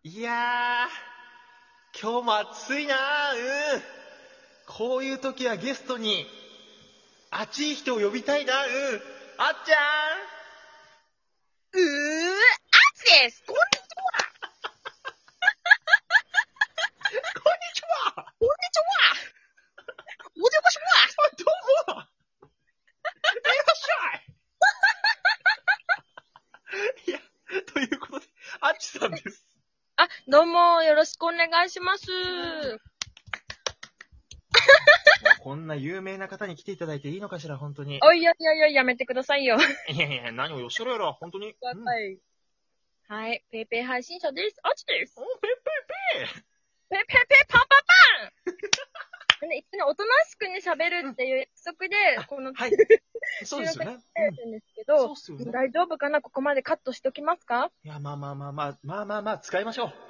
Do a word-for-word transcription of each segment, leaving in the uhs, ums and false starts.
いやー、今日も暑いなー。うん。こういう時はゲストに、熱い人を呼びたいな。うん。あっちゃうー、あつです。こんにちは。 こんにちは。 こんにちは。お邪魔します。 あ、どうも。いらっしゃい。いや、ということで、あっちさんです。 あ、どうも、よろしくお願いします。 もうこんな有名な方に来ていただいていいのかしら、本当に。 おいやいやいや、やめてくださいよ。 いやいや、何をよっしゃるやら、本当に。うん、 はい。はい、ペイペイ配信者です。あつです。 お、ペッペッペペイペイペイパンパンパンね、いつもね、おとなしくね、喋るっていう約束で、この、 はい。そうですよね。 収録してるんですけうん、そど、 うっすよね。 大丈夫かな？ここまでカットしときますか？ いや、まあまあまあまあ、まあまあまあ、使いましょう。 やっ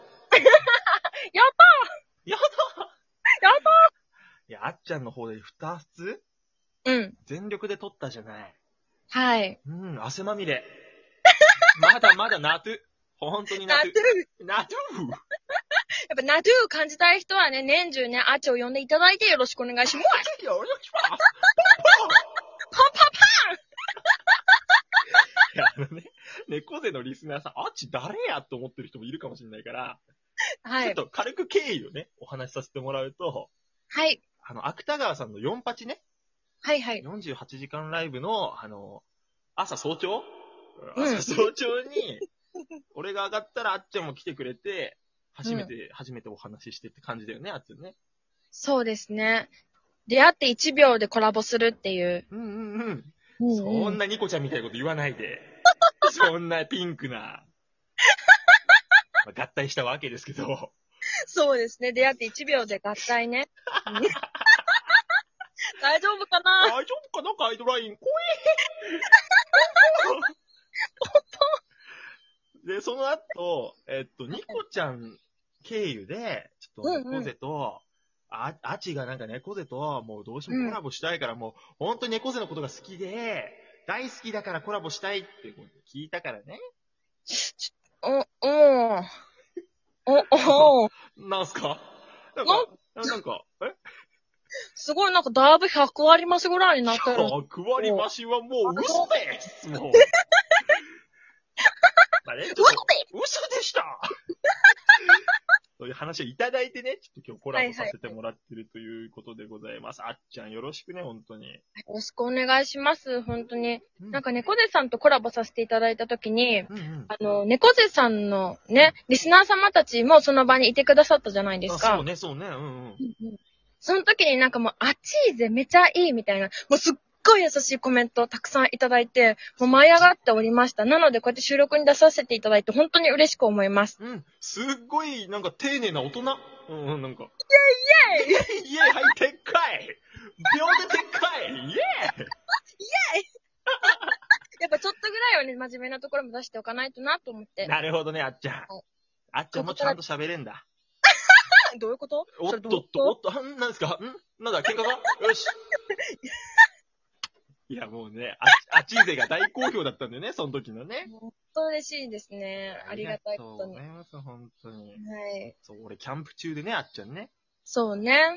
やだたやったいや、あっちゃんの方で二つうん。 全力で撮ったじゃない。 はい。 うん、汗まみれ。まだまだナトゥ。本当にナトゥ。ナトゥやっぱナトゥー感じたい人はね、年中ね、アーチを呼んでいただいてよろしくお願いします。 よろしくお願いします。 パンパンいや、あのね、猫背のリスナーさん、あっち誰やと思ってる人もいるかもしれないから、 パンはい。 ちょっと軽く経緯をね、お話しさせてもらうと、 はい。 あの、芥川さんのよんパチね、 はいはい。 よんじゅうはちじかんライブの、あの、朝早朝、 うん朝早朝に、俺が上がったらあっちゃんも来てくれて、初めて、うん、初めてお話ししてって感じだよね、あっちゃんね。 そうですね。出会っていちびょうでコラボするっていう。 うんうんうん。うんうん、 そんなニコちゃんみたいなこと言わないで。そんなピンクな。まあ、合体したわけですけど。 そうですね。出会っていちびょうで合体ね。大丈夫かな？ 大丈夫かなガイドライン。怖えで、その後、えっと、ニコちゃん経由で、ちょっと猫背と、うんうん、あ、あちがなんか猫背と、もうどうしてもコラボしたいから、うん、もう、ほんとに猫背のことが好きで、大好きだからコラボしたいって聞いたからね。 お、おー。お、おなんすかなんか、なんか、えすごいなんかだいぶひゃくわり増しぐらいになってる。 ひゃくわり増しはもう嘘ですもう。まあね、ちょっと嘘でしたそういう話をいただいてね、ちょっと今日コラボさせてもらってるということでございます。はいはい、あっちゃんよろしくね、本当に。よろしくお願いします、本当に。うん、なんか猫背さんとコラボさせていただいたときに、うんうん、あの、猫背さんのね、リスナー様たちもその場にいてくださったじゃないですか。 そうね、そうね、うんうん。うんうん、 その時になんかもう、あっちーぜめちゃいいみたいな、もうすっごい優しいコメントをたくさんいただいて、もう舞い上がっておりました。なのでこうやって収録に出させていただいて本当に嬉しく思います。 うん、すっごいなんか丁寧な大人。うんうん、なんか。 イェイイェイイェイイェイはい、でっかい秒ででっかいイェイイェイやっぱちょっとぐらいはね、真面目なところも出しておかないとなと思って。 なるほどね、あっちゃん。あっちゃんもちゃんと喋れんだ。 どういうこと？ おっとっと、おっと、なんですか？んなんだ、喧嘩か？よし。いや、もうね、あ、あちーぜが大好評だったんだよね、その時のね。 本当嬉しいですね。ありがたいことに。 ありがとうございます、本当に。 はい。 そう、俺、キャンプ中でね、あっちゃんね。 そうね。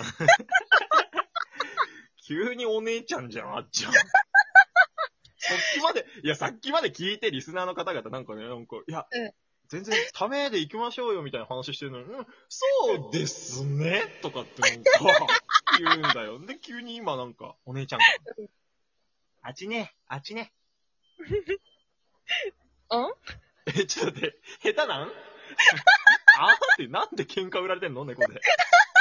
急にお姉ちゃんじゃん、あっちゃん。さっきまで、いや、さっきまで聞いて、リスナーの方々なんかね、なんか、いや、うん、全然、ためで行きましょうよ、みたいな話してるのに、うん、そうですね、とかってなんか、言うんだよ。で、急に今なんか、お姉ちゃんが。あっちね、あっちね。 んえ、ちょっと待って、下手なんあーってなんで喧嘩売られてんの猫で。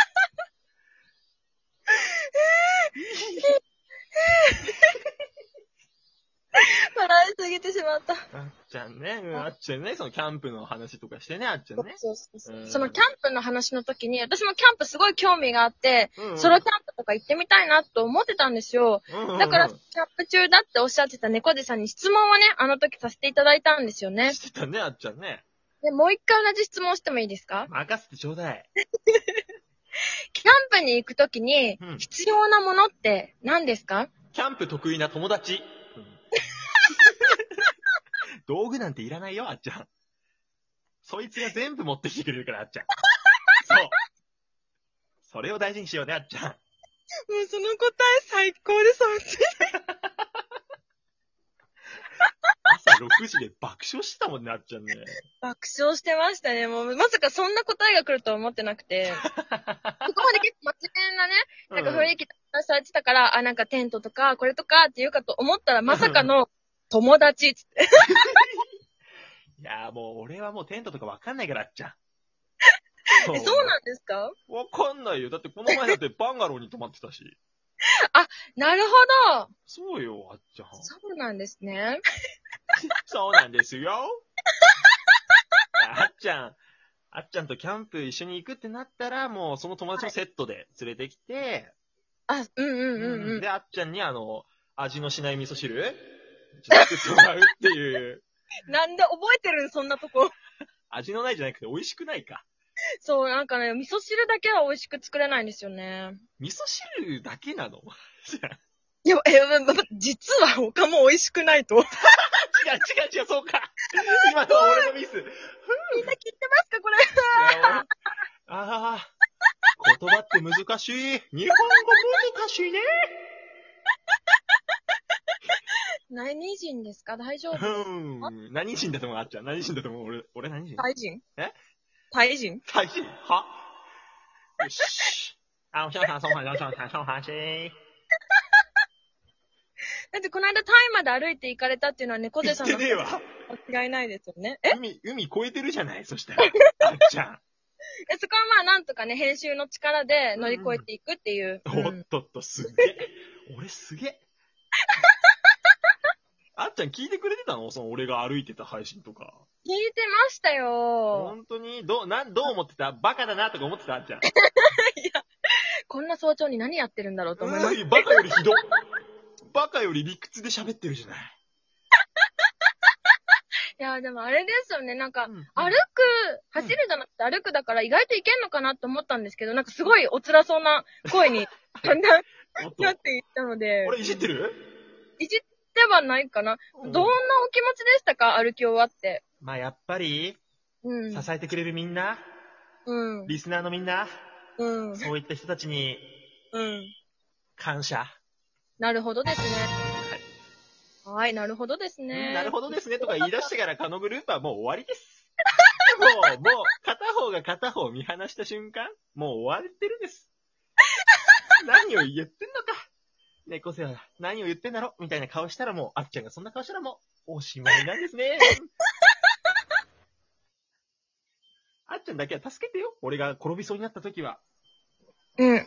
笑いすぎてしまった。 あっちゃんね、うん、あっちゃんね、そのキャンプの話とかしてね、あっちゃんね。 そうそうそう、うん、そのキャンプの話の時に、私もキャンプすごい興味があって、うんうん、ソロキャンプとか行ってみたいなと思ってたんですよ。うんうんうん、だから、キャンプ中だっておっしゃってた猫背さんに質問をね、あの時させていただいたんですよね。 してたね、あっちゃんね。 で、もう一回同じ質問してもいいですか？ 任せてちょうだい。 キャンプに行く時に、必要なものって何ですか？うん、 キャンプ得意な友達。道具なんていらないよ、あっちゃん。 そいつが全部持ってきてくれるから、あっちゃん。そう。それを大事にしようね、あっちゃん。もうその答え最高です、本当に。 朝ろくじで爆笑してたもんね、あっちゃんね。 爆笑してましたね。もう、まさかそんな答えが来るとは思ってなくて。そこまで結構真面目なね、なんか雰囲気で話されてたから、うん、あ、なんかテントとか、これとかって言うかと思ったら、まさかの友達っつって。 いやーもう、俺はもうテントとかわかんないから、あっちゃん。 え、そうなんですか？ わかんないよ。だってこの前だってバンガローに泊まってたし。 あ、なるほど。 そうよ、あっちゃん。 そうなんですね。 そうなんですよ。あっちゃん、あっちゃんとキャンプ一緒に行くってなったら、もうその友達もセットで連れてきて、 はい、あ、うんうんうんうん。 で、あっちゃんにあの、味のしない味噌汁ちょっと作ってもらうっていう。 なんで覚えてるそんなとこ。 味のないじゃなくて美味しくないか。 そう、なんかね、味噌汁だけは美味しく作れないんですよね。 味噌汁だけなのいや、え、実は他も美味しくないと。違う違う違う、そうか。今のは俺のミス。みんな聞いてますかこれ。 ああ、言葉って難しい。日本語難しいね。 何人ですか大丈夫ですか？ うん。何人だと思うあっちゃん。何人だと思う俺、俺何人？ タイ人？ えタイ人？ タイ人はよし。あ、我想想送還咗上送下先。 だってこの間タイまで歩いて行かれたっていうのは猫背さんの。 言ってねえわ。 間違いないですよね。え海、海越えてるじゃないそしたら。あっちゃん。 え、そこはまあなんとかね、編集の力で乗り越えていくっていう。 うんうん、おっとっと、すげえ。俺すげえ。あっちゃん聞いてくれてたのその俺が歩いてた配信とか。 聞いてましたよ。 本当にどう、なん、どう思ってたバカだなとか思ってたあっちゃん。いや、こんな早朝に何やってるんだろうと思います。 バカよりひど。バカより理屈で喋ってるじゃない。 いや、でもあれですよね。なんか、うんうん、歩く、走るじゃなくて歩くだから意外といけんのかなと思ったんですけど、なんかすごいお辛そうな声にだんだんなっていったので。 俺いじってる？ いじってはないかな。どんなお気持ちでしたか歩き終わって。 まあやっぱり、うん、支えてくれるみんな、うん、リスナーのみんな、うん、そういった人たちに、うん、感謝。 なるほどですね。はい。はい、なるほどですね、 うん。なるほどですねとか言い出してから、このグループはもう終わりです。もう、もう、片方が片方を見放した瞬間、もう終わってるんです。何を言ってんのか。猫背は何を言ってんだろみたいな顔したらもう、あっちゃんがそんな顔したらもう、おしまいなんですね。あっちゃんだけは助けてよ。俺が転びそうになった時は。 うん。うん。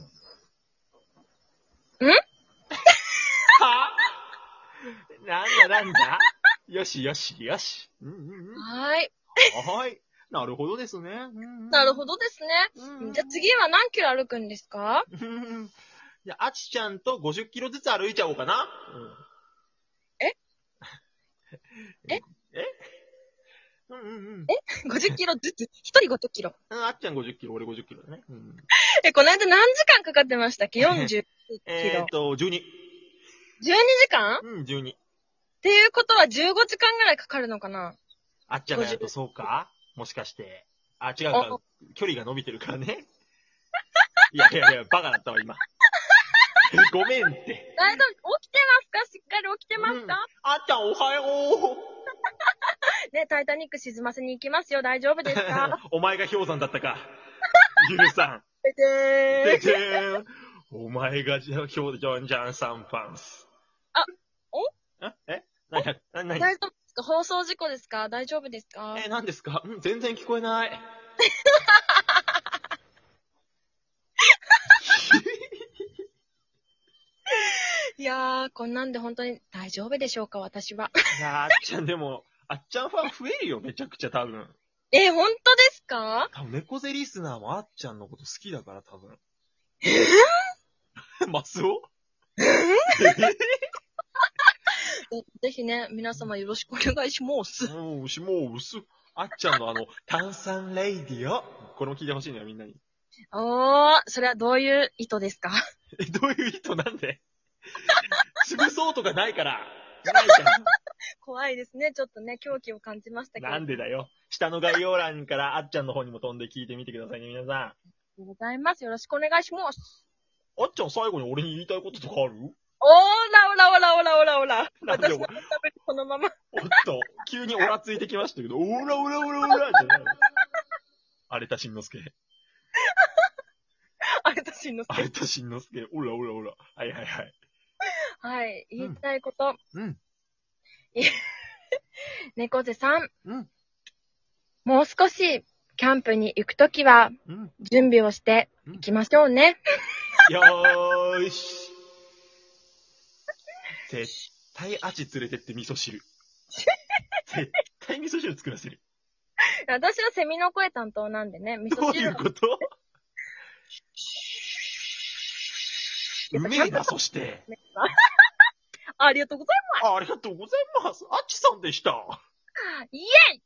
んはなんだなんだよしよしよし。うんうんうん、 はーい。 はーい。なるほどですね。うんうん、 なるほどですね。うんうん、じゃあ次は何キロ歩くんですか？ じゃあ、あちちゃんとごじゅっキロずつ歩いちゃおうかな。 うん、えええうんうんうん。 え ?ごじゅっキロずつ一人ごじゅっキロ。 うん、あっちゃんごじゅっキロ、俺ごじゅっキロだね。うん、 え、この間何時間かかってましたっけ ?よんじゅっキロ。 えっと、じゅうに。 じゅうにじかんうん、じゅうに。 っていうことはじゅうごじかんぐらいかかるのかな？ あっちゃんがやるとそうかもしかして。あ、違うか。距離が伸びてるからね。いやいやいや、バカだったわ、今。ごめんって。 大丈夫起きてますかしっかり起きてますか、うん、 あっちゃんおはよう。ね、タイタニック沈ませに行きますよ。大丈夫ですかお前が氷山だったか。ゆるさん。 ててー。 ててー。お前が氷山じゃんさんパンス。 あ、おあえなになに大丈夫ですか放送事故ですか大丈夫ですかえ、何ですかん全然聞こえない。 いやー、こんなんで本当に大丈夫でしょうか私は。 いやー、あっちゃんでも、あっちゃんファン増えるよ、めちゃくちゃ多分。 え、本当ですか多分、猫背リスナーもあっちゃんのこと好きだから、多分。 えぇマスオえぇぜひね、皆様よろしくお願いします。 うん、します。あっちゃんのあの、炭酸レイディオ。これも聞いてほしいのよ、みんなに。 おー、それはどういう意図ですかえ、どういう意図なんで潰そうとかないから。ないから。 怖いですね。ちょっとね、狂気を感じましたけど。 なんでだよ。下の概要欄からあっちゃんの方にも飛んで聞いてみてくださいね、皆さん。 ありがとうございます。よろしくお願いします。 あっちゃん最後に俺に言いたいこととかある？ おーらおらおらおらおらおら。 なんで私の食べこのまま。 おっと、急にオラついてきましたけど、オラオラオラオラじゃない。荒れたしんのすけ。 あれたしんのすけ。 荒れたしんのすけ。オラオラオラ。はいはいはい。 はい。言いたいこと。 うん。 猫背さん。 うん。 もう少し、キャンプに行くときは、 うん。 準備をして行きましょうね。 よーし。絶対アジ連れてって味噌汁。絶対味噌汁作らせる。 私はセミの声担当なんでね、味噌汁。 どういうことうめえな、そして。 ありがとうございます。 ありがとうございます。あっちさんでした。 イエイ